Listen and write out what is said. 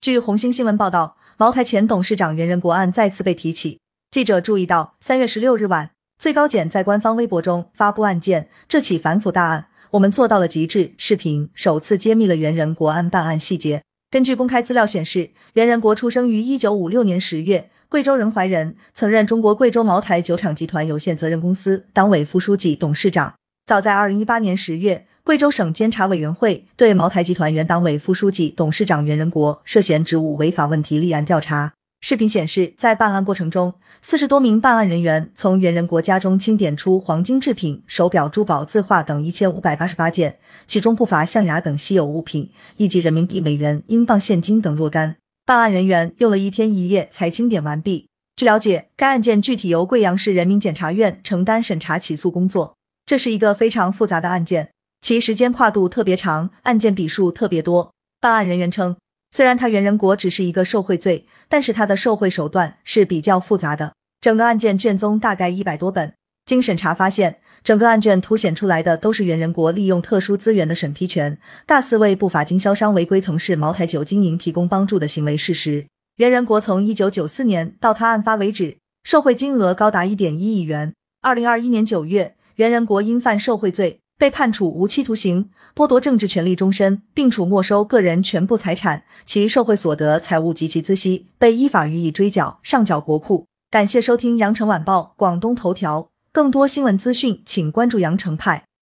据红星新闻报道，茅台前董事长袁仁国案再次被提起。记者注意到，3月16日晚，最高检在官方微博中发布案件，这起反腐大案，我们做到了极致。视频首次揭秘了袁仁国案办案细节。根据公开资料显示，袁仁国出生于1956年10月，贵州仁怀人，曾任中国贵州茅台酒厂集团有限责任公司党委副书记、董事长。早在2018年10月，贵州省监察委员会对茅台集团原党委副书记、董事长袁仁国涉嫌职务违法问题立案调查。视频显示，在办案过程中，40多名办案人员从袁仁国家中清点出黄金制品、手表、珠宝、字画等1588件，其中不乏象牙等稀有物品，以及人民币、美元、英镑现金等若干。办案人员用了1天1夜才清点完毕。据了解，该案件具体由贵阳市人民检察院承担审查起诉工作。这是一个非常复杂的案件，其时间跨度特别长，案件笔数特别多。办案人员称，虽然他袁仁国只是一个受贿罪，但是他的受贿手段是比较复杂的。整个案件卷宗大概100多本，经审查发现，整个案卷凸显出来的都是袁仁国利用特殊资源的审批权，大肆为不法经销商违规从事茅台酒经营提供帮助的行为事实。袁仁国从1994年到他案发为止，受贿金额高达 1.1 亿元。2021年9月，袁仁国因犯受贿罪被判处无期徒刑，剥夺政治权利终身，并处没收个人全部财产，其受贿所得财物及其孳息被依法予以追缴，上缴国库。感谢收听羊城晚报广东头条，更多新闻资讯请关注羊城派。